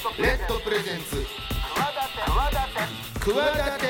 レッドプレゼンツ企て。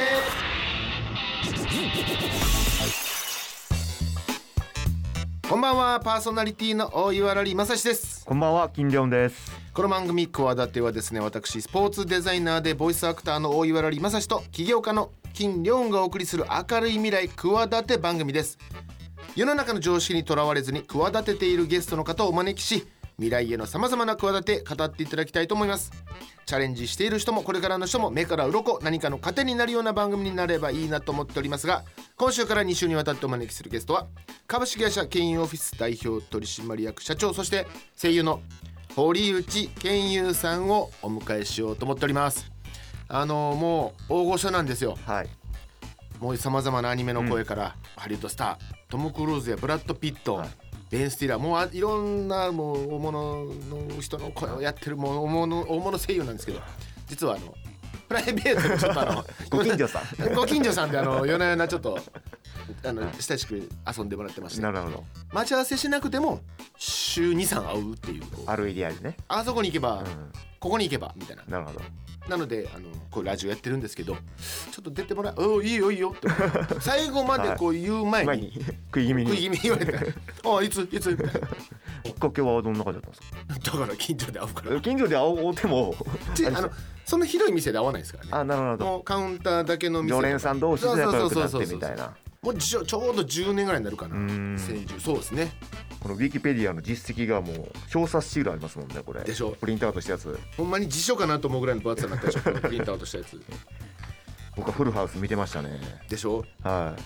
こんばんは、パーソナリティの大岩良正史です。 こんばんは、金良です。 この番組企てはですね、私スポーツデザイナーでボイスアクターの大岩良正史と起業家の金良がお送りする明るい未来企て番組です。世の中の常識にとらわれずに企てているゲストの方をお招きし、未来へのさまざまな企て語っていただきたいと思います。チャレンジしている人もこれからの人も目から鱗、何かの糧になるような番組になればいいなと思っておりますが、今週から2週にわたってお招きするゲストは株式会社ケンユーオフィス代表取締役社長、そして声優の堀内健優さんをお迎えしようと思っております。もう大御所なんですよ。 はい。 もうさまざまなアニメの声から、ハリウッドスタートム・クルーズやブラッド・ピット、はい、ベン・スティラー、もういろんなもう大物の人の声をやってるもう大物声優なんですけど、実はプライベートでちょっとご近所さんご近所さんで夜な夜なちょっと親しく遊んでもらってまして、 なるほど。 待ち合わせしなくても週 2,3 会うっていう、 あるエリアでね、 あそこに行けば、ここに行けばみたいな。 なるほど。 なのでこうラジオやってるんですけど、ちょっと出てもらう、いいよいいよって最後までこう言う前に、 食い気味に言われていつみたいな。 きっかけはどんな感じだったんですか？ だから近所で会うから。 近所で会おうてもその広い店で会わないですからね。 あ、なるほど。 もうカウンターだけの店、 常連さん同士で仲良くなってみたいな。 もうちょうど10年ぐらいになるかな。そうですね。 このウィキペディアの実績がもう表札シールありますもんね。これでしょ。 プリントアウトしたやつ、 ほんまに辞書かなと思うぐらいの分厚さになったでしょ。プリントアウトしたやつ僕はフルハウス見てましたね。 でしょ。 はい。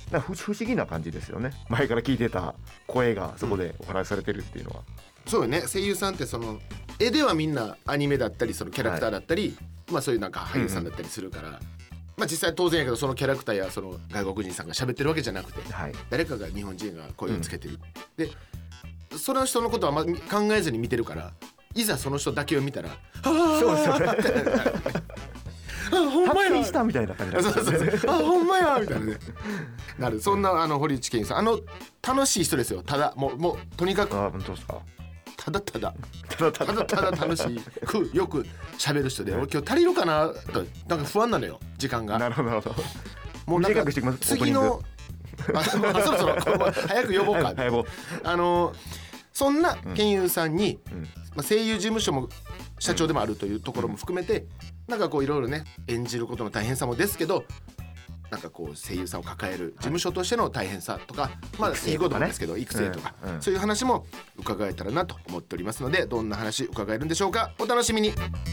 不思議な感じですよね。前から聞いてた声がそこでお話しされてるっていうのは、 そうよね。声優さんって絵ではみんなアニメだったり、そのキャラクターだったり、そういうなんか俳優さんだったりするから、実際当然やけど、そのキャラクターやその外国人さんが喋ってるわけじゃなくて、誰かが日本人が声をつけてる、でその人のことは考えずに見てるから、いざその人だけを見たらそうですよねほんまやしたみたいな感じそうほんまやみたいなねなる。そんな堀内健さん、楽しい人ですよ。ただもうとにかく、 本当ですか？ ただ楽しくよく喋る人で、俺今日足りるかなとなんか不安なのよ、時間が。 なるほどなるほど。 もうなんか短くしてきます。 次のそろそろ早く呼ぼうか。そんな健優さんに、声優事務所も社長でもあるというところも含めて、なんかこういろいろね、演じることの大変さもですけど、なんかこう声優さんを抱える事務所としての大変さとか、いいことなんですけど、育成とか、そういう話も伺えたらなと思っておりますので、どんな話伺えるんでしょうか。お楽しみに。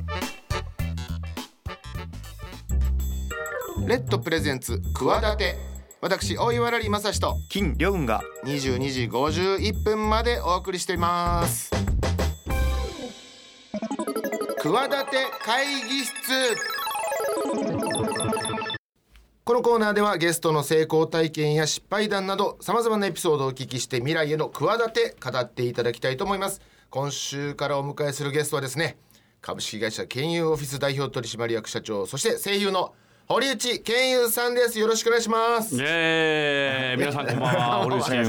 レッドプレゼンツ企て。私大岩良正史と金良が 22時51分までお送りしています。企て会議室。このコーナーではゲストの成功体験や失敗談などさまざまなエピソードをお聞きして、未来への企て語っていただきたいと思います。今週からお迎えするゲストはですね、株式会社ケンユーオフィス代表取締役社長、そして声優の堀内健優さんです。よろしくお願いします。 皆さんこんばんは。堀内健優です。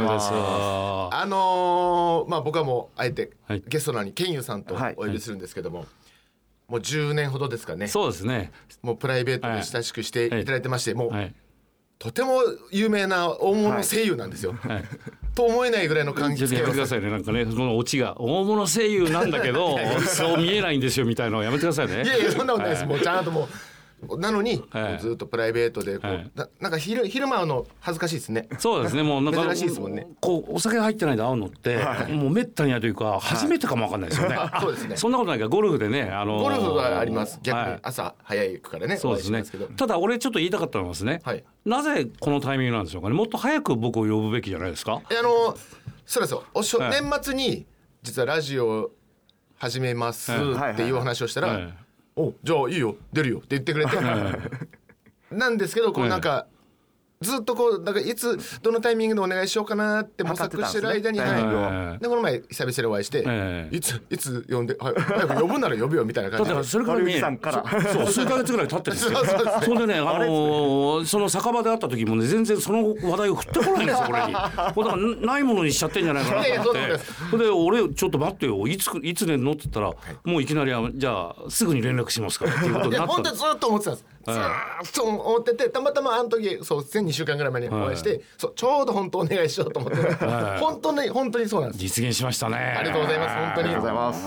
僕はもうあえてゲストなのに健優さんとお呼びするんですけども、もう10年ほどですかね。 そうですね。 もうプライベートで親しくしていただいてまして、もうとても有名な大物声優なんですよ、と思えないぐらいの感じで。 やめてくださいね。なんかね、そのオチが大物声優なんだけどそう見えないんですよみたいなのやめてくださいね。 いやそんなことないです。もうちゃんともうなのに、ずっとプライベートでこう、なんか昼間会うの恥ずかしいですね。 そうですね。もうなんか珍しいですもんね。 こうお酒が入ってないで会うのって、もうめったにないというか初めてかもわかんないですよね。 そうですね。 そんなことないからゴルフでね、 ゴルフがあります。逆に朝早いからね。 そうですね。ただ俺ちょっと言いたかったのはですね、なぜこのタイミングなんでしょうかね。もっと早く僕を呼ぶべきじゃないですか。 そうですよ。年末に実はラジオ始めますっていうお話をしたら、じゃあいいよ出るよって言ってくれてなんですけど、こうなんかずっとこうだからいつどのタイミングでお願いしようかなって模索してる間に、はい、でこの前久々にお会いして、いつ呼んで、はい、早く呼ぶなら呼ぶよみたいな感じで、 だからそれからねそう数ヶ月ぐらい経ってるんですよそれでねその酒場で会った時もね全然その話題を振ってこないんですよ俺に。だからないものにしちゃってんじゃないかなと思ってそれで俺ちょっと待ってよいつ寝んのって言ったら、もういきなりじゃあすぐに連絡しますからっていうことになったんです。 本当にずっと思ってたんです。ずっと思ってて、たまたまあの時そう2週間ぐらい前にお会いして、ちょうど本当お願いしようと思って、本当にそうなんです。 実現しましたね。 ありがとうございます。本当にありがとうございます。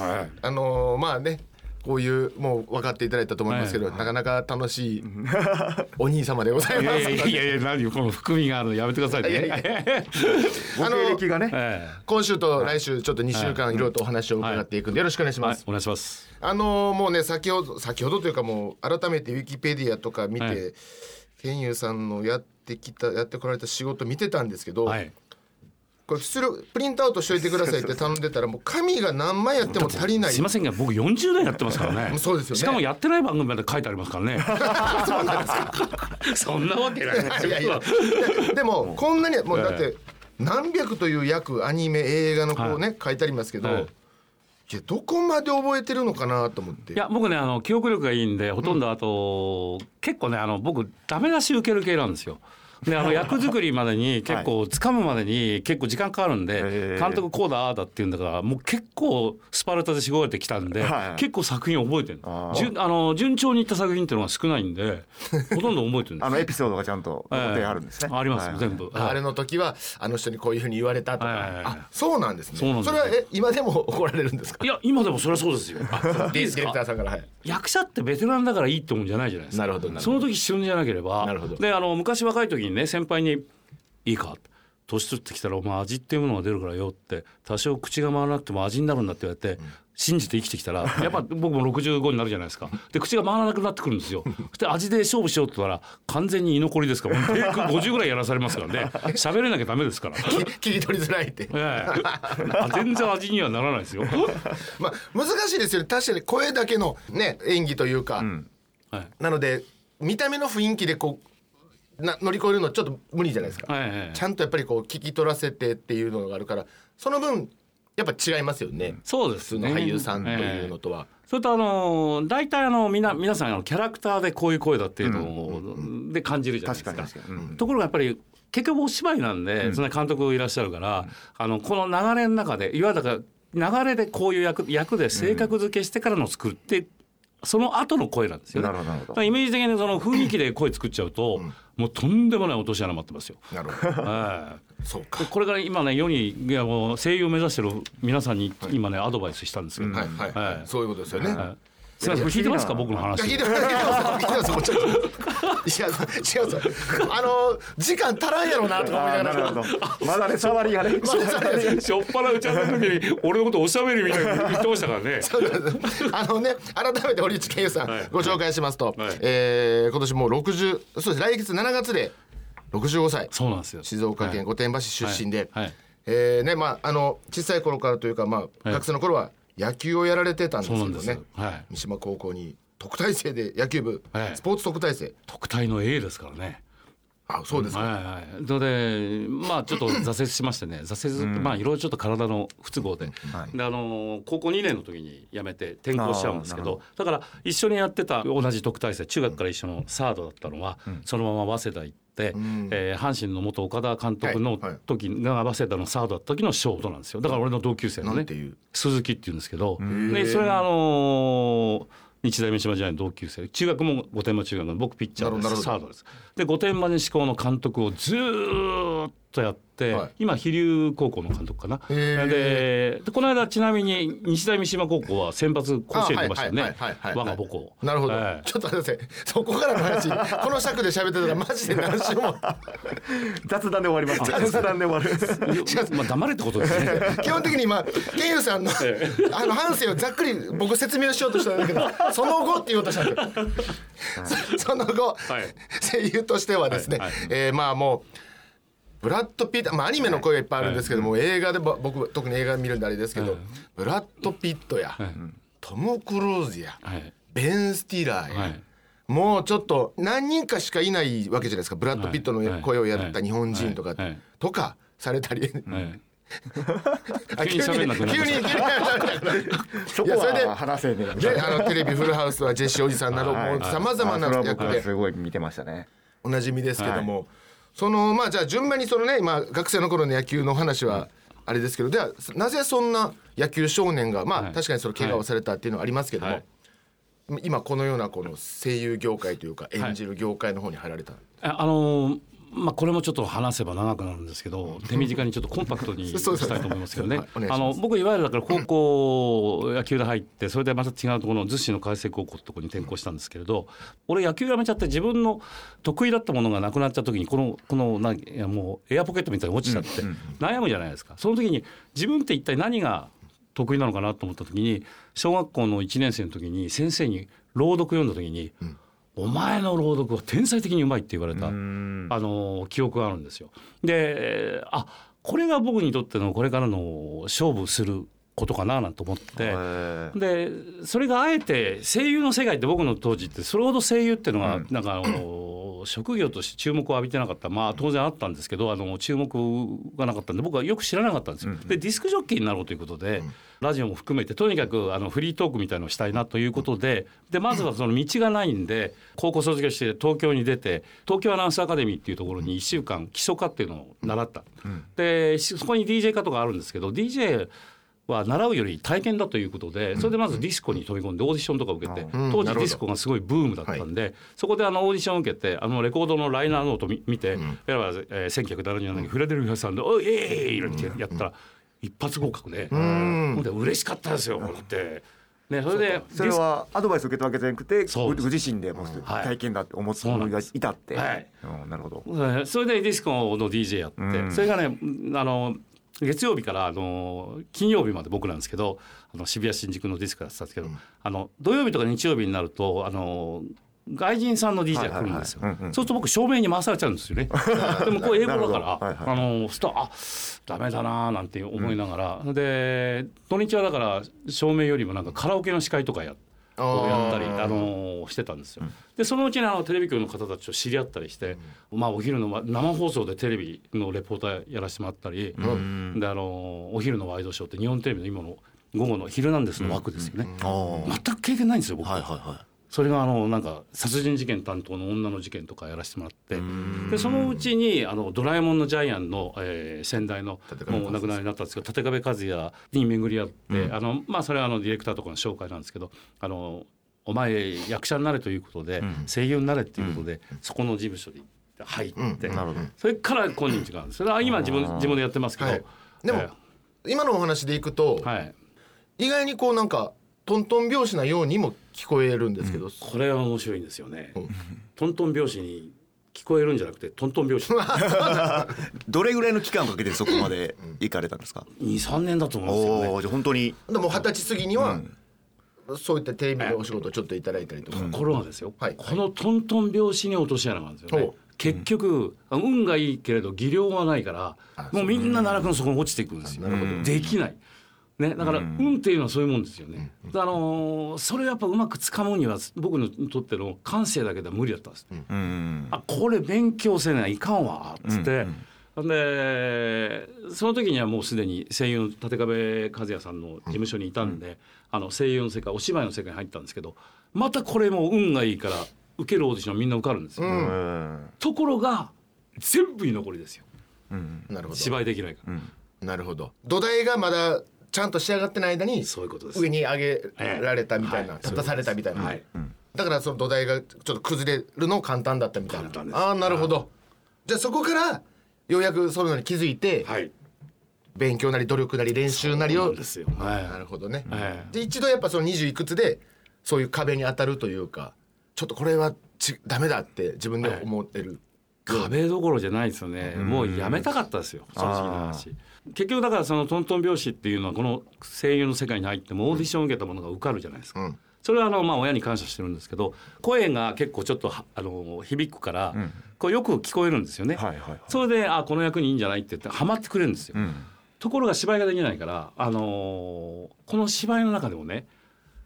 まあね、こういうもう分かっていただいたと思いますけど、なかなか楽しいお兄様でございます。 いや何この含みがあるのやめてくださいね。 ご経歴がね、 今週と来週ちょっと2週間いろいろとお話を伺っていくんでよろしくお願いします。 お願いします。 もうね先ほどというかもう改めてウィキペディアとか見て、健佑さんのやってこられた仕事見てたんですけど、これプリントアウトしといてくださいって頼んでたらもう紙が何枚やっても足りない。 すいませんが僕40年やってますからね。 そうですよね。 しかもやってない番組まで書いてありますからね。 そうなんですか。 そんなわけないですよ。 いやでもこんなにもうだって何百という役アニメ映画のこうね書いてありますけど、いやどこまで覚えてるのかなと思って。 いや僕ね記憶力がいいんでほとんど結構ね僕ダメ出し受ける系なんですよ。で役作りまでに結構掴むまでに結構時間かかるんで、監督こうだああだっていうんだからもう結構スパルタでしごいてきたんで、結構作品覚えてる。順調にいった作品っていうのが少ないんでほとんど覚えてるんです。 エピソードがちゃんとあるんですね。 あります全部。 あれの時はあの人にこういうふうに言われたとか。そうなんですね。それは今でも怒られるんですか。 いや今でもそれはそうですよ。ディレクターさんから役者ってベテランだからいいってもんじゃないじゃないですか。 なるほど。 その時旬じゃなければ。で昔若い時にね先輩にいいか年取ってきたらお前味っていうものが出るからよって多少口が回らなくても味になるんだって言われて信じて生きてきたらやっぱ僕も65になるじゃないですか。で口が回らなくなってくるんですよ。で味で勝負しようって言ったら完全に居残りですからテイク50ぐらいやらされますからね。喋れなきゃダメですから切り取りづらいって、 全然味にはならないですよ。 まあ難しいですよね。確かに声だけのね演技というか、なので見た目の雰囲気でこう乗り越えるのちょっと無理じゃないですか、ちゃんとやっぱりこう聞き取らせてっていうのがあるからその分やっぱ違いますよね。 そうですね。 普通の俳優さんというのとは、 それと大体皆さんキャラクターでこういう声だっていうので感じるじゃないですか。ところがやっぱり結局お芝居なんで、そんな監督いらっしゃるから、この流れの中でいわゆるだから流れでこういう役で性格付けしてからの作ってその後の声なんですよね。イメージ的にその雰囲気で声作っちゃうと、もうとんでもない落とし穴待ってますよ。 なるほど。そうか。 これから今ね世に声優を目指してる皆さんに今ねアドバイスしたんですけど、 そういうことですよね。 すみません聞いてますか僕の話。 聞いてますもうちょっと違う時間足らんやろなとか思いながらまだね触りがねしょっぱな打ち合わせの時に俺のことおしゃべりみたいに言ってましたからね。 改めて堀内健佑さんご紹介しますと、今年もう60そうです来月7月で65歳。 そうなんですよ。 静岡県御殿場市出身で、小さい頃からというか学生の頃は野球をやられてたんですけどね、三島高校に特待生で野球部、スポーツ特待生特待の A ですからね。 あ、そうですか。 でちょっと挫折しましてね挫折いろいろちょっと体の不都合で、高校2年の時に辞めて転校しちゃうんですけど、だから一緒にやってた同じ特待生中学から一緒のサードだったのは、そのまま早稲田行って、阪神の元岡田監督の時が早稲田のサードだった時のショートなんですよ。だから俺の同級生のね鈴木っていうんですけど、でそれが日大三島時代の同級生中学も御殿場中学の僕ピッチャーですサードです。で御殿場西高の監督をずーっとやって、今飛龍高校の監督かな。でこの間ちなみに日大三島高校は選抜甲子園出ましたよね。我が母校。 なるほど、ちょっと待ってください。そこからの話この尺で喋ってたらマジで何週も雑談で終わります。雑談で終わる。 黙れってことですね。 基本的に健佑さんの反省をざっくり僕説明しようとしたんだけどその後って言おうとしたんだけどその後、声優としてはですね、もうブラッド・ピット、アニメの声がいっぱいあるんですけども、映画で僕特に映画見るんであれですけど、ブラッド・ピットや、トム・クルーズや、ベン・スティラーや、 もうちょっと何人かしかいないわけじゃないですか。ブラッド・ピットの声をやった日本人とか、とかされたり、 急に喋んなくなりましたそこは話せねえでテレビフルハウスはジェシーおじさんなどもうさまざまな役ですごい見てましたね。 おなじみですけども、そのまあじゃあ順番にそのね今学生の頃の野球の話はあれですけど、ではなぜそんな野球少年がまあ確かにその怪我をされたっていうのはありますけども、今このようなこの声優業界というか演じる業界の方に入られた、 まあ、これもちょっと話せば長くなるんですけど、手短にちょっとコンパクトにしたいと思いますけどね僕いわゆるだから高校野球で入って、それでまた違うところの逗子の海星高校ってところに転校したんですけれど、俺野球やめちゃって自分の得意だったものがなくなっちゃった時にこのもうエアポケットみたいに落ちちゃって悩むじゃないですか。その時に自分って一体何が得意なのかなと思った時に、小学校の1年生の時に先生に朗読読んだ時に、お前の朗読は天才的にうまいって言われた記憶があるんですよ。でこれが僕にとってのこれからの勝負することかななんて思って、でそれがあえて声優の世界って僕の当時ってそれほど声優っていうのがなんか職業として注目を浴びてなかった、まあ当然あったんですけど注目がなかったんで僕はよく知らなかったんですよ。でディスクジョッキーになろうということで、ラジオも含めてとにかくフリートークみたいのをしたいなということで、まずはその道がないんで高校卒業して東京に出て、東京アナウンスアカデミーっていうところに1週間基礎科っていうのを習った、でそこに DJ 科とかあるんですけど、 DJは習うより体験だということで、それでまずディスコに飛び込んでオーディションとか受けて、当時ディスコがすごいブームだったんで、そこでオーディションを受けてレコードのライナーノート見て、1977年にフレデリックさんで「おいイエーイ!」ってやったら一発合格で、嬉しかったですよってね。それはアドバイス受けたわけじゃなくて、ご自身でも体験だって思ってた人がいたって、なるほど。 それでディスコの DJ やって、それがね月曜日から金曜日まで僕なんですけど、渋谷新宿のディスコやってたんですけど、土曜日とか日曜日になると外人さんの DJ が来るんですよ。そうすると僕照明に回されちゃうんですよね。でもこれ英語だからスタダメだななんて思いながら、で土日はだから照明よりもなんかカラオケの司会とかやったりしてたんですよ。でそのうちにテレビ局の方たちと知り合ったりして、お昼の生放送でテレビのレポーターやらせてもらったり、でお昼のワイドショーって日本テレビの今の午後のヒルナンデスの枠ですよね。全く経験ないんですよ僕。それがなんか殺人事件担当の女の事件とかやらせてもらって、でそのうちにドラえもんのジャイアンの、先代のもうお亡くなりになったんですけど、立壁和也に巡り合って、それはディレクターとかの紹介なんですけど、お前役者になれということで、声優になれっていうことで、そこの事務所に入って、それから今日があるんです。それは今自分でやってますけど、 でも今のお話でいくと、意外にこうなんかトントン拍子なようにも聞こえるんですけど、 これは面白いんですよね。トントン拍子に聞こえるんじゃなくてトントン拍子どれぐらいの期間かけてそこまで行かれたんですか ？2、3年だと思うんですよね。 じゃあ本当にでも20歳過ぎには、そういったテレビでお仕事をちょっといただいたりとか、 ところがですよ、このトントン拍子に落とし穴があるんですよね。結局運がいいけれど技量はないから、もうみんな奈落の底に落ちていくんですよ。できないね、だから運っていうのはそういうもんですよね。それをやっぱうまくつかむには僕にとっての感性だけでは無理だったんです。これ勉強せないかんわっつって、でその時にはもうすでに声優の立壁和也さんの事務所にいたんで、声優の世界お芝居の世界に入ったんですけど、またこれも運がいいから受けるオーディションみんな受かるんですよ。ところが全部居残りですよ。 なるほど。 芝居できないから、 なるほど。土台がまだちゃんと仕上がってない間に上に上げられたみたいな、立たされたみたいな、だからその土台がちょっと崩れるの簡単だったみたいな。なるほど。じゃあそこからようやくそういうのに気づいて、勉強なり努力なり練習なりを。なるほどね。で一度やっぱその20いくつでそういう壁に当たるというか、ちょっとこれはダメだって自分で思ってる。 壁どころじゃないですよね。もうやめたかったですよ、正直な話。結局だからそのトントン拍子っていうのはこの声優の世界に入ってもオーディションを受けたものが受かるじゃないですか。それは親に感謝してるんですけど、声が結構ちょっと響くから、こうよく聞こえるんですよね。それでこの役にいいんじゃないって言ってハマってくれるんですよ。ところが芝居ができないから、この芝居の中でもね、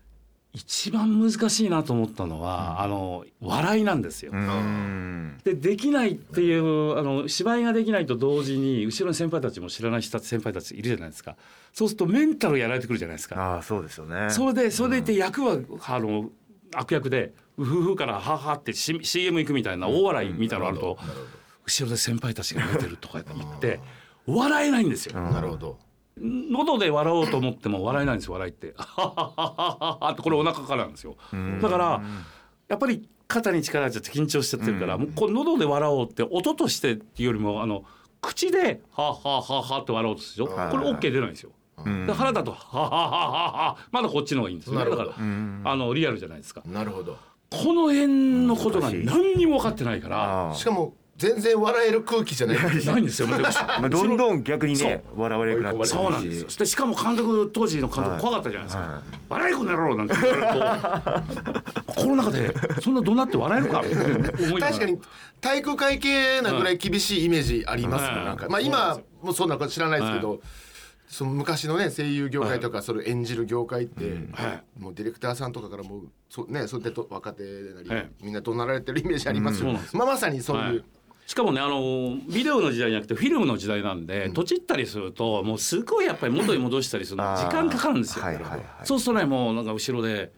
一番難しいなと思ったのは、笑いなんですよ。できないっていう芝居ができないと同時に後ろの先輩たちも知らない先輩たちいるじゃないですか。そうするとメンタルやられてくるじゃないですか。 そうですよね。 それでいて役は悪役でうふふからははって CM 行くみたいな大笑いみたいなのあると、後ろで先輩たちが見てるとか言って笑えないんですよ。 なるほど。 喉で笑おうと思っても笑えないんですよ。笑いってはははははってこれお腹からなんですよ。だからやっぱり肩に力が入っちゃって緊張しちゃってるから、もうこう喉で笑おうって音としてっていうよりも口でははははって笑おうとするでしょ。これ OK 出ないんですよ。で腹だとはははははまだこっちの方がいいんですよね。だからリアルじゃないですか。 なるほど。 この辺のことが何にも分かってないから、 しかも全然笑える空気じゃないないんですよ。 どんどん逆にね笑われるくなってそうなんですよ。でしかも当時の監督怖かったじゃないですか。笑いこの野郎なんて言われるとこの中でそんな怒鳴って笑えるかって思いながら。 確かに体育会系なぐらい厳しいイメージありますね。なんか今もそんなこと知らないですけど、その昔のね声優業界とかそれ演じる業界ってもうディレクターさんとかからもうそうやって若手なりみんな怒鳴られてるイメージありますよ。まさにそういう。 しかもねビデオの時代じゃなくてフィルムの時代なんで、とちったりするともうすごいやっぱり元に戻したりするの時間かかるんですよ。そうするとねもうなんか後ろで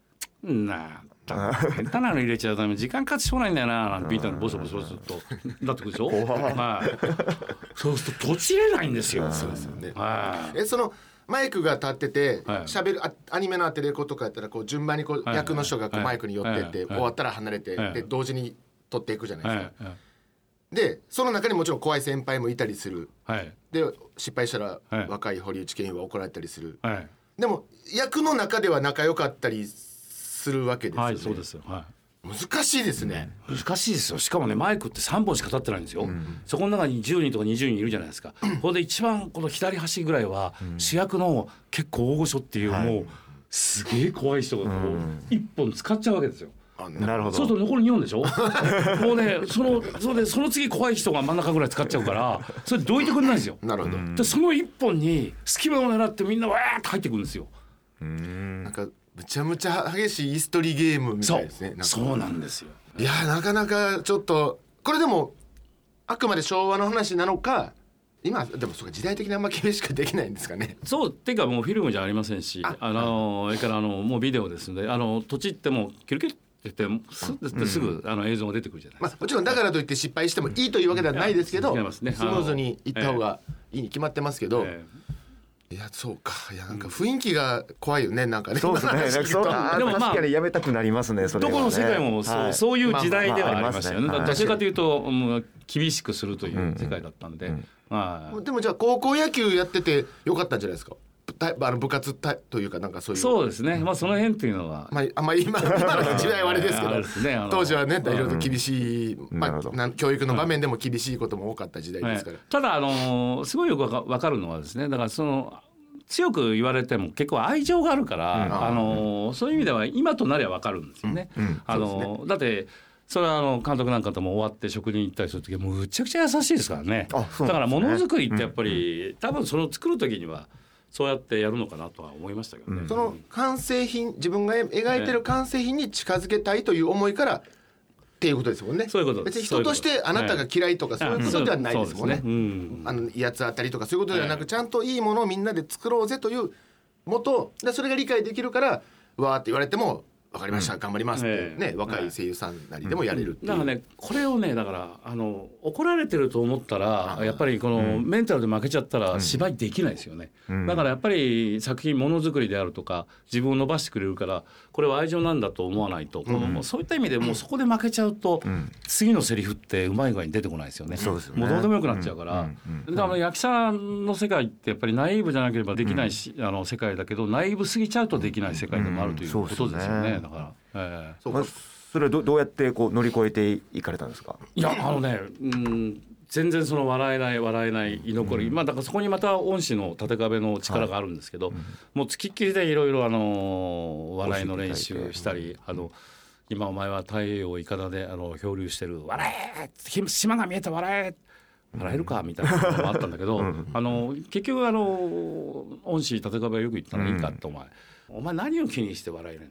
下手なの入れちゃうため時間かかってしょうがないんだよななんてビーターのボソボソボソとなってくるでしょ。そうするととちれないんですよ。 そうですよね。そのマイクが立ってて喋るアニメのアテレコとかやったらこう順番にこう役の人がこうマイクに寄ってって終わったら離れてで同時に撮っていくじゃないですか。でその中にもちろん怖い先輩もいたりする。で失敗したら若い堀内健は怒られたりする。でも役の中では仲良かったりするわけですよね。 そうですよ。 難しいですね。 難しいですよ。しかもねマイクって3本しか立ってないんですよ。そこの中に10人とか20人いるじゃないですか。これで一番この左端ぐらいは主役の結構大御所っていうもうすげえ怖い人がこう1本使っちゃうわけですよ。 なるほど。 そうすると残り2本でしょ。もうねその次怖い人が真ん中ぐらい使っちゃうからそれどいてくれないんですよ。 なるほど。 でその1本に隙間を狙ってみんなわーって入ってくるんですよ。 なんかむちゃむちゃ激しいイス取りゲームみたいですね。 そうなんですよ。 いやなかなかちょっとこれでもあくまで昭和の話なのか今でもそうか時代的にあんま厳しくできないんですかね。 そうっていうかもうフィルムじゃありませんしそれからもうビデオですので土地ってもうキュルキュルって言ってすぐ映像が出てくるじゃないですか。 もちろんだからといって失敗してもいいというわけではないですけど、 違いますね。 スムーズにいった方がいいに決まってますけど、いやそうか。いやなんか雰囲気が怖いよね。なんかね。 そうですね。でも確かにやめたくなりますね。それはね。 どこの世界もそういう時代ではありましたよね。どちらかというともう厳しくするという世界だったんで。 でもじゃあ高校野球やっててよかったんじゃないですか。部活というかなんかそういう。 そうですね。その辺っていうのはあんまり今の時代はあれですけど、当時はねいろいろと厳しい教育の場面でも厳しいことも多かった時代ですから。 ただすごいよく分かるのはですね。だから強く言われても結構愛情があるからそういう意味では今となりゃ分かるんですよね。だってそれは監督なんかとも終わって食事に行ったりする時はもうむちゃくちゃ優しいですからね。だからものづくりってやっぱり多分その作る時にはそうやってやるのかなとは思いましたけどね。 その完成品自分が描いてる完成品に近づけたいという思いからっていうことですもんね。 そういうことです。 別に人としてあなたが嫌いとかそういうことではないですもんね。威圧あったりとかそういうことではなくちゃんといいものをみんなで作ろうぜというもとでそれが理解できるからわーって言われても分かりました、頑張りますってね、若い声優さんなりでもやれるっていう。 だからねこれをねだから怒られてると思ったらやっぱりこのメンタルで負けちゃったら芝居できないですよね。だからやっぱり作品ものづくりであるとか自分を伸ばしてくれるからこれは愛情なんだと思わないと、そういった意味でもうそこで負けちゃうと、次のセリフってうまい具合に出てこないですよね。もうどうでもよくなっちゃうから、だから役者の世界ってやっぱりナイーブじゃなければできないし、世界だけどナイーブすぎちゃうとできない世界でもあるということですよね。だからそれはどうやってこう乗り越えていかれたんですか。 いや全然その笑えない居残り、だからそこにまた恩師の立壁の力があるんですけど、もうつきっきりでいろいろ笑いの練習したり今お前は太平洋いかだで漂流してる笑え島が見えた笑えるかみたいなこともあったんだけど結局恩師立壁はよく言ったのいいかってお前何を気にして笑えるんだ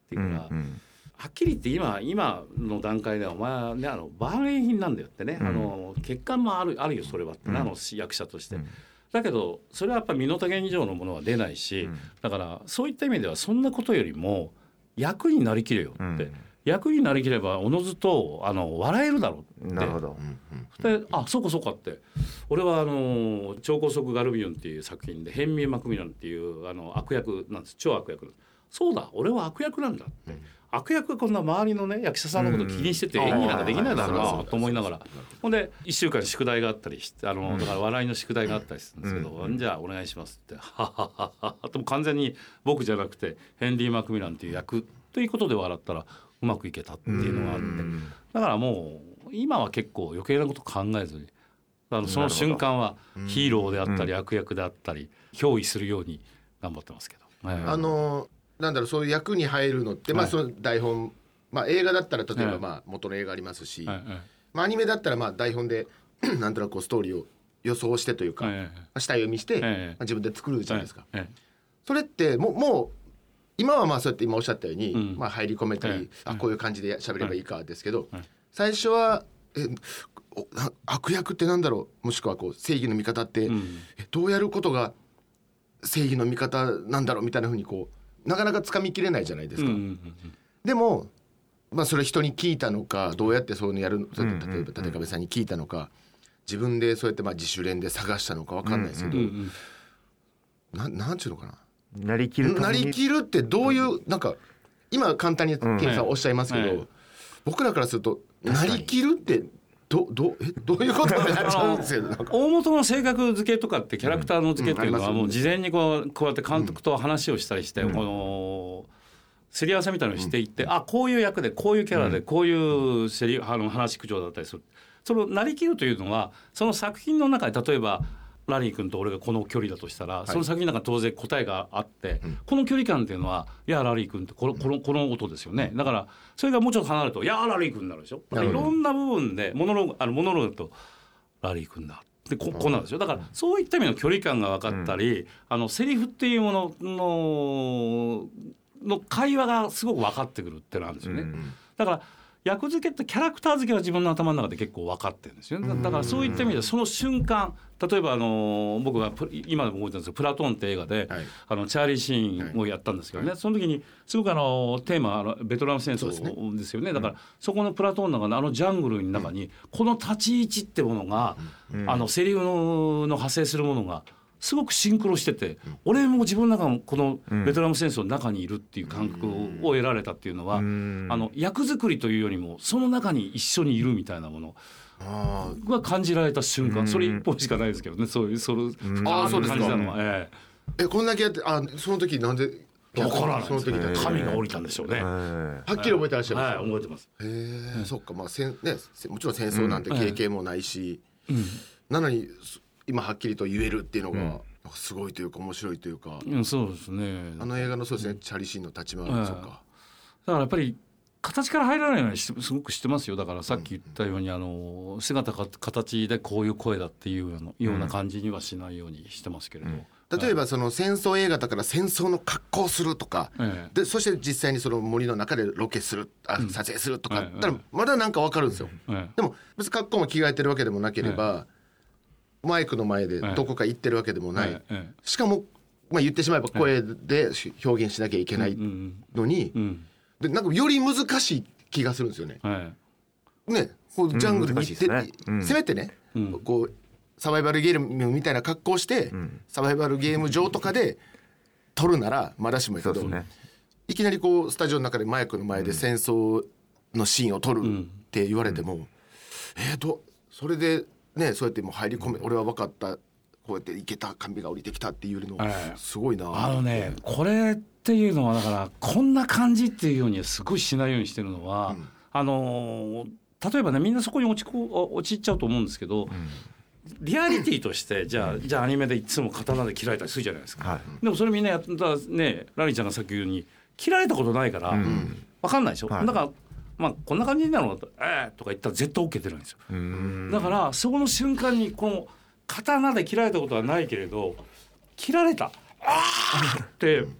っていうから、はっきり言って今の段階ではお前はね万延品なんだよってね、欠陥もあるよそれはって、役者として、だけどそれはやっぱり身の丈以上のものは出ないし、だからそういった意味ではそんなことよりも役になりきれよって、役になりきればおのずと笑えるだろうって。 なるほど。 でそうかって俺は超高速ガルビオンっていう作品でヘンミー・マクミランっていう悪役なんです。超悪役。そうだ俺は悪役なんだって、悪役がこんな周りのね役者さんのこと気にしてて演技なんかできないだろうなと思いながら、ほんで1週間宿題があったりしてだから笑いの宿題があったりするんですけど、じゃあお願いしますってはははははとも完全に僕じゃなくてヘンリー・マクミランっていう役ということで笑ったらうまくいけたっていうのがあって、だからもう今は結構余計なこと考えずにその瞬間はヒーローであったり悪役であったり憑依するように頑張ってますけど、 なんだろう、そういう役に入るのって、その台本、映画だったら例えば元の映画ありますし、アニメだったら台本でなんとなくこうストーリーを予想してというか、下読みして、自分で作るじゃないですか。それってもう今はそうやって今おっしゃったように、入り込めたり、こういう感じで喋ればいいかですけど、最初は悪役ってなんだろう、もしくはこう正義の味方って、どうやることが正義の味方なんだろうみたいな風にこうなかなかつかみきれないじゃないですか。でも、それ人に聞いたのか、どうやってそういうのやるの、例えば立壁さんに聞いたのか、自分でそうやって自主練で探したのか分かんないですけど、なんちゅうのかな、なりきるってどういうなんか今簡単にケンさんおっしゃいますけど、僕らからするとなりきるってどういうことになっちゃうんですよ。 大元の性格付けとかってキャラクターの付けっていうのはもう事前にこうやって監督と話をしたりして、このすり合わせみたいなのをしていって、こういう役でこういうキャラでこういう話し口調だったりする。そのなりきるというのはその作品の中で、例えばラリー君と俺がこの距離だとしたら、その作品の中当然答えがあって、この距離感っていうのは、いやラリー君ってこの音ですよね。だからそれがもうちょっと離れると、いやラリー君になるでしょ。いろんな部分でモノローグだとラリー君だでこうなんですよ。だからそういった意味の距離感が分かったり、セリフっていうものの会話がすごく分かってくるってなんですよね。だから役付けってキャラクター付けは自分の頭の中で結構分かってるんですよね。だからそういった意味でその瞬間、例えば僕が今でも覚えてるんですけど、プラトーンって映画で、チャーリーシーンをやったんですけどね、その時にすごくテーマベトナム戦争ですよね。だからそこのプラトーンの中のジャングルの中に、この立ち位置ってものが、セリフの派生するものがすごくシンクロしてて、俺も自分の中のこのベトナム戦争の中にいるっていう感覚を得られたっていうのは、役作りというよりもその中に一緒にいるみたいなものが感じられた瞬間、それ一本しかないですけどね、そういう感じなのは。 こんだけやってその時なんで分からないですね。神が降りたんでしょうね。 はっきり覚えてらっしゃる。 はい、覚えてます。 そっか、もちろん戦争なんて経験もないし、なのに今はっきりと言えるっていうのがすごいというか面白いというか、 そうですね。 映画のそうですね、チャーリーシーンの立ち回り、そうか。だからやっぱり形から入らないようにすごくしてますよ。だからさっき言ったように、姿形でこういう声だっていうような感じにはしないようにしてますけれど、 例えばその戦争映画だから戦争の格好をするとか、でそして実際にその森の中でロケする、撮影するとかだったらまだなんか分かるんですよ。でも別に格好も着替えてるわけでもなければ、マイクの前でどこか行ってるわけでもない、しかも、言ってしまえば声で表現しなきゃいけないのに、でなんかより難しい気がするんですよね。こうジャングルに行って、せめてね、こうサバイバルゲームみたいな格好して、サバイバルゲーム場とかで撮るならまだしもいいけど、いきなりこうスタジオの中でマイクの前で戦争のシーンを撮るって言われても、それでね、そうやってもう入り込め、俺は分かった、こうやっていけた、髪が降りてきたっていうのすごいな。 これっていうのはだからこんな感じっていうようにはすごいしないようにしてるのは、例えばね、みんなそこに陥っちゃうと思うんですけど、リアリティとしてじゃあアニメでいつも刀で切られたりするじゃないですか、でもそれみんなやったね、ラリーちゃんがさっき言うように切られたことないから分かんないでしょ、だからこんな感じになるのとか言ったら絶対 OK 出るんですよ。だからそこの瞬間にこの刀で切られたことはないけれど、切られたって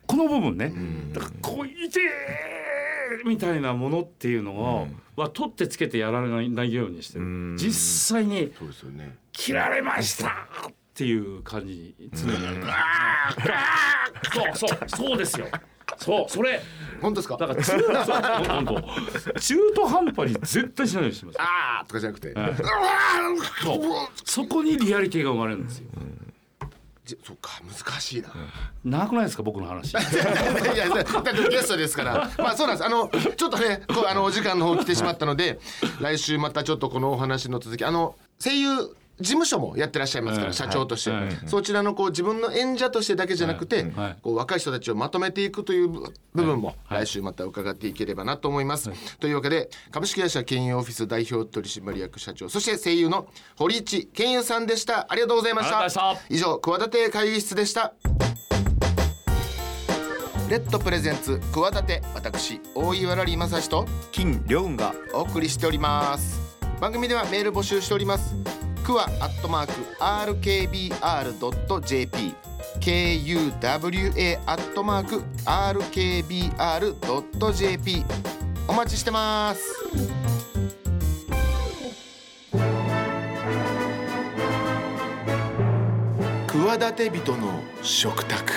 この部分ね、だからこういてみたいなものっていうのを、は取ってつけてやられないようにしてる。実際にそうですよね。 切られましたっていう感じに常にある。そうですよ。それ本当ですか。 だから中途半端に絶対しないようにしてます。 あーとかじゃなくて、 そこにリアリティが生まれるんですよ。 そうか、難しいな。 長くないですか僕の話。 いやだってゲストですから。まあそうなんです。ちょっとねお時間の方来てしまったので、来週またちょっとこのお話の続き、声優事務所もやってらっしゃいますから、社長として、そちらの自分の演者としてだけじゃなくて、若い人たちをまとめていくという部分も来週また伺っていければなと思います。というわけで、株式会社ケンユーオフィス代表取締役社長、そして声優の堀市健優さんでした。ありがとうございました。以上、企て会議室でした。レッドプレゼンツ企て、私大岩良理正史と金良雲がお送りしております。番組ではメール募集しております。クワ@rkbr.jp kuwa@rkbr.jp お待ちしてます。企て人の食卓。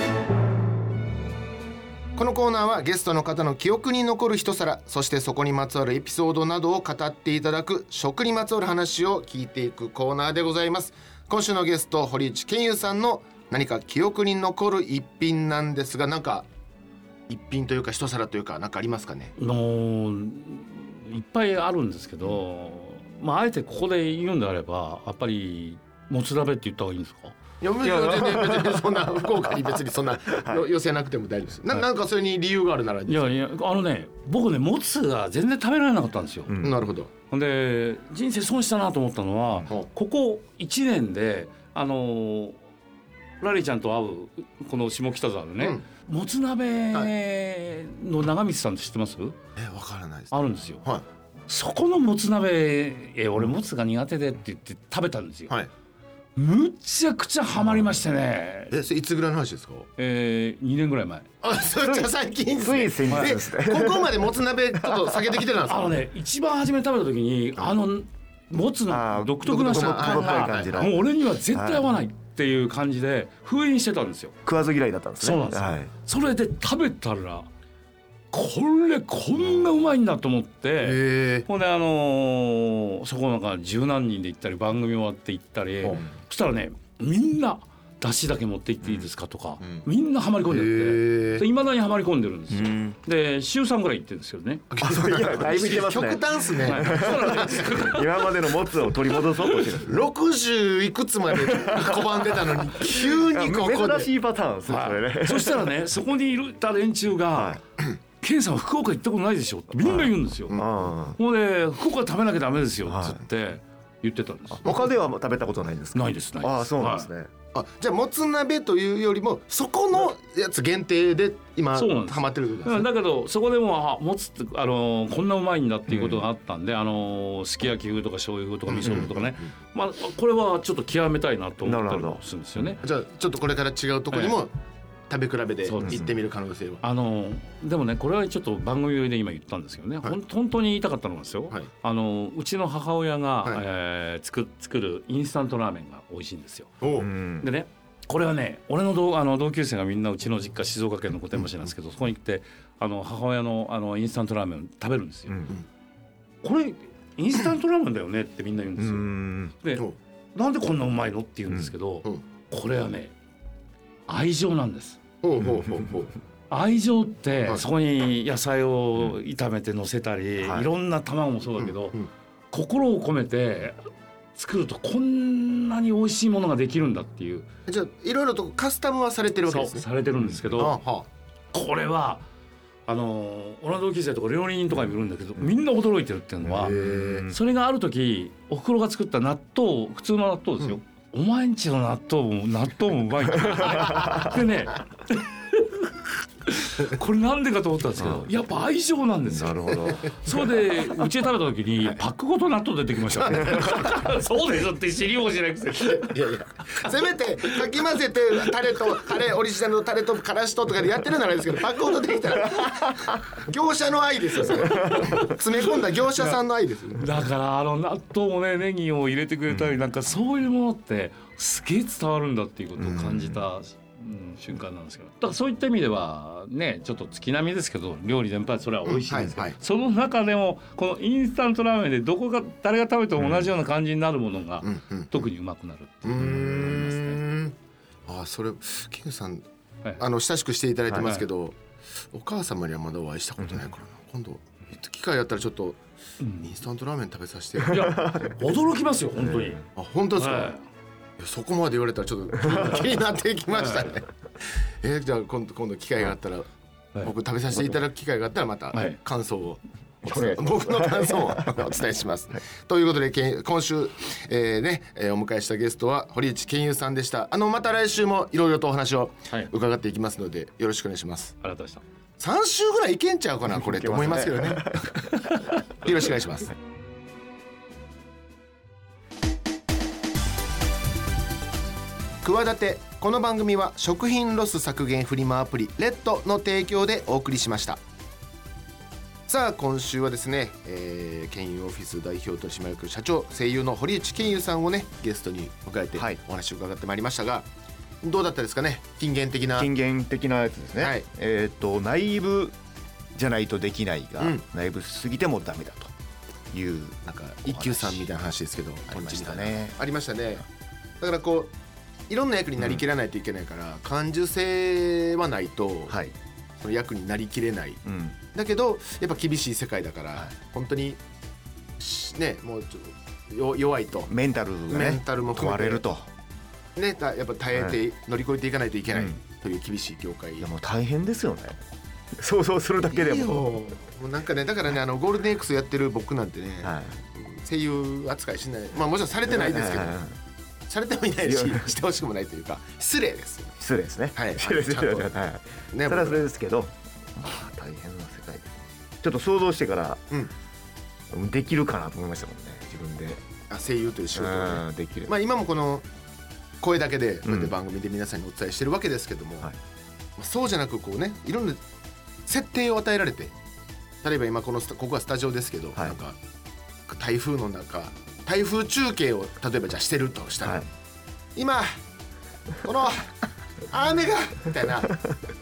このコーナーはゲストの方の記憶に残る一皿、そしてそこにまつわるエピソードなどを語っていただく食にまつわる話を聞いていくコーナーでございます。今週のゲスト堀内健優さんの何か記憶に残る一品なんですが、なんか一品というか一皿というか何かありますかね。 いっぱいあるんですけど、あえてここで言うんであればやっぱりもつ鍋って言った方がいいんですか。 いや別にそんな福岡に別にそんな寄せなくても大丈夫です。なんかそれに理由があるならいいです。 いや僕ねもつが全然食べられなかったんですよ。 なるほど。 で人生損したなと思ったのは、ここ1年でラリーちゃんと会うこの下北沢のね、もつ鍋の長光さんって知ってます？ わからないです。 あるんですよ。そこのもつ鍋俺もつが苦手でって言って食べたんですよ。むちゃくちゃハマりましてね。 それいつぐらいの話ですか ？2年ぐらい前。 そっちは最近ですね。 つい先日ですね。 ここまでもつ鍋ちょっと避けてきてたんですか？ 一番初め食べた時にもつの独特な食感がもう俺には絶対合わないっていう感じで封印してたんですよ。 食わず嫌いだったんですね。 そうなんですよ。それで食べたらこんなうまいんだと思って、ほんでそこなんか十何人で行ったり番組終わって行ったり、そしたらねみんな出汁だけ持って行っていいですかとか、みんなハマり込んでっていまだにハマり込んでるんですよ。で週3ぐらい行ってるんですよね。 だいぶ行ってますね。 極端っすね。 今までのもつを取り戻そうとしてる。 60いくつまで拒んでたのに急にここで珍しいパターンですね、それね。 そしたらねそこにいた連中がケンさんは福岡行ったことないでしょってみんな言うんですよ。もうね福岡食べなきゃダメですよっつって言ってたんです。 他では食べたことないんですか？ ないです。 そうなんですね。 じゃあもつ鍋というよりもそこのやつ限定で今ハマってるってことですね。 だけどそこでももつってこんなうまいんだっていうことがあったんで、すき焼き風とか醤油風とか味噌風とかね、これはちょっと極めたいなと思ったりもするんですよね。 じゃあちょっとこれから違うところにも食べ比べで行ってみる可能性は。 でもねこれはちょっと番組で今言ったんですけどね、本当に言いたかったのがですよ、うちの母親が、作るインスタントラーメンが美味しいんですよ。でねこれはね俺の同級生がみんなうちの実家静岡県の御殿場市なんですけど、そこに行って母親のインスタントラーメン食べるんですよ。これインスタントラーメンだよねってみんな言うんですよ。でなんでこんなうまいのって言うんですけど、これはね愛情なんです。愛情ってそこに野菜を炒めて乗せたり、いろんな卵もそうだけど、心を込めて作るとこんなに美味しいものができるんだっていう。 じゃあいろいろとカスタムはされてるわけですね。 そうされてるんですけど、これは俺の同級生とか料理人とかにもいるんだけど、みんな驚いてるっていうのは、それがある時おふくろが作った納豆、普通の納豆ですよ、お前んちの納豆もうまいってでねこれなんでかと思ったんですけど、やっぱ愛情なんですよ。 なるほど。 それでうちで食べた時にパックごと納豆出てきましたね。そうでしょって知りもしなくて、 いやいやせめてかき混ぜてタレオリジナルのタレとからしとかでやってるならいいですけど、パックごとできたら業者の愛ですよそれ。詰め込んだ業者さんの愛ですよね。 だから納豆もねネギを入れてくれたりなんかそういうものってすげえ伝わるんだっていうことを感じた、瞬間なんですけど、だからそういった意味ではねちょっと月並みですけど料理全般それは美味しいんですけど、 はいはい、 その中でもこのインスタントラーメンで誰が食べても同じような感じになるものが、特にうまくなるっていうのがありますね。 あ、それキングさん、 はい、 親しくしていただいてますけど、お母様にはまだお会いしたことないからな、今度機会あったらちょっとインスタントラーメン食べさせて。 いや驚きますよ本当に。 あ、本当ですか、 はい、 いやそこまで言われたらちょっと気になってきましたね。じゃあ今度機会があったら、僕食べさせていただく機会があったらまた感想を、僕の感想をお伝えします、ということで今週、お迎えしたゲストは堀内健雄さんでした。また来週もいろいろとお話を伺っていきますので、よろしくお願いします。 ありがとうございました。 3週ぐらいいけんちゃうかなこれと思いますけどね。よろしくお願いします。企て、この番組は食品ロス削減フリマアプリレッドの提供でお送りしました。さあ今週はですね、健友オフィス代表取締役社長声優の堀内健雄さんをねゲストに迎えてお話を伺ってまいりましたが、どうだったですかね。金言的なやつですね、はい、内部じゃないとできないが、内部すぎてもダメだというなんか一休さんみたいな話ですけど、 ありましたね。 ありましたね。だからこういろんな役になりきらないといけないから、感受性はないと、その役になりきれない、だけどやっぱ厳しい世界だから、本当にねもう弱いとメンタルがね問われるとね、やっぱ耐えて乗り越えていかないといけないという厳しい業界。 いやもう大変ですよね。想像するだけでもうなんかね、だからねゴールデン X やってる僕なんてね、声優扱いしない、もちろんされてないですけど、されてもいないししてほしくもないというか失礼です。 失礼ですね。失礼ですね。それはそれですけど、大変な世界です。ちょっと想像してからできるかなと思いましたもんね、自分で。 声優という仕事をね、 できる。 今もこの声だけでこうやって番組で皆さんにお伝えしてるわけですけども、そうじゃなくこうね、いろんな設定を与えられて、例えば今ここはスタジオですけど、なんか台風の中台風中継を例えばじゃあしてるとしたら、今この雨がみたいな、 ゴ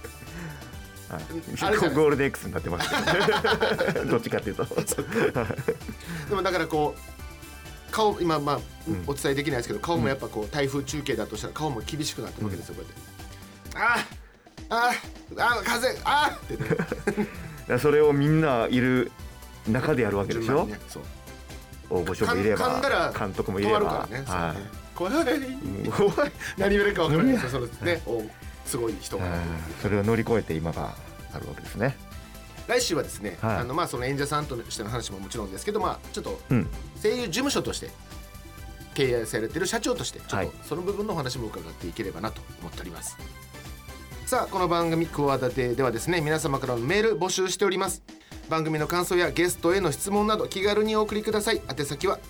ールデン X になってますどっちかっていうとでもだからこう顔今お伝えできないですけど、顔もやっぱこう台風中継だとしたら顔も厳しくなってるわけですよ、こうやって風ってねそれをみんないる中でやるわけでしょ。大御所もいれば監督もいれば、 怖い何言われるか分からないですよ、そのねすごい人が。 それを乗り越えて今があるわけですね。 来週はですね、その演者さんとしての話ももちろんですけど、ちょっと声優事務所として経営されている社長としてちょっとその部分のお話も伺っていければなと思っております。さあこの番組企てではですね、皆様からのメール募集しております。番組の感想やゲストへの質問など気軽にお送りください。宛先は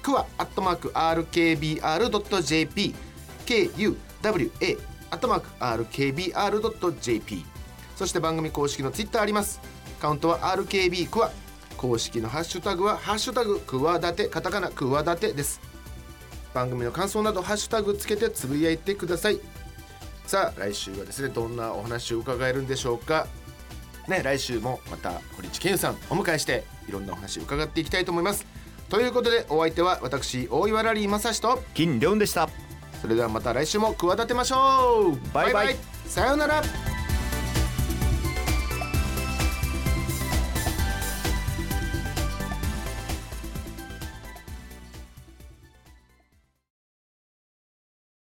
kuwa@rkbr.jp kuwa@rkbr.jp、 そして番組公式のツイッターあります。カウントは RKB クワ、公式のハッシュタグはハッシュタグくわだて、カタカナくわだてです。番組の感想などハッシュタグつけてつぶやいてください。さあ来週はですね、どんなお話を伺えるんでしょうかね。来週もまた堀内健雄さんお迎えしていろんなお話を伺っていきたいと思います。ということでお相手は私大岩良理正史と金良でした。 それではまた来週も企てましょう。バイバイ、さようなら。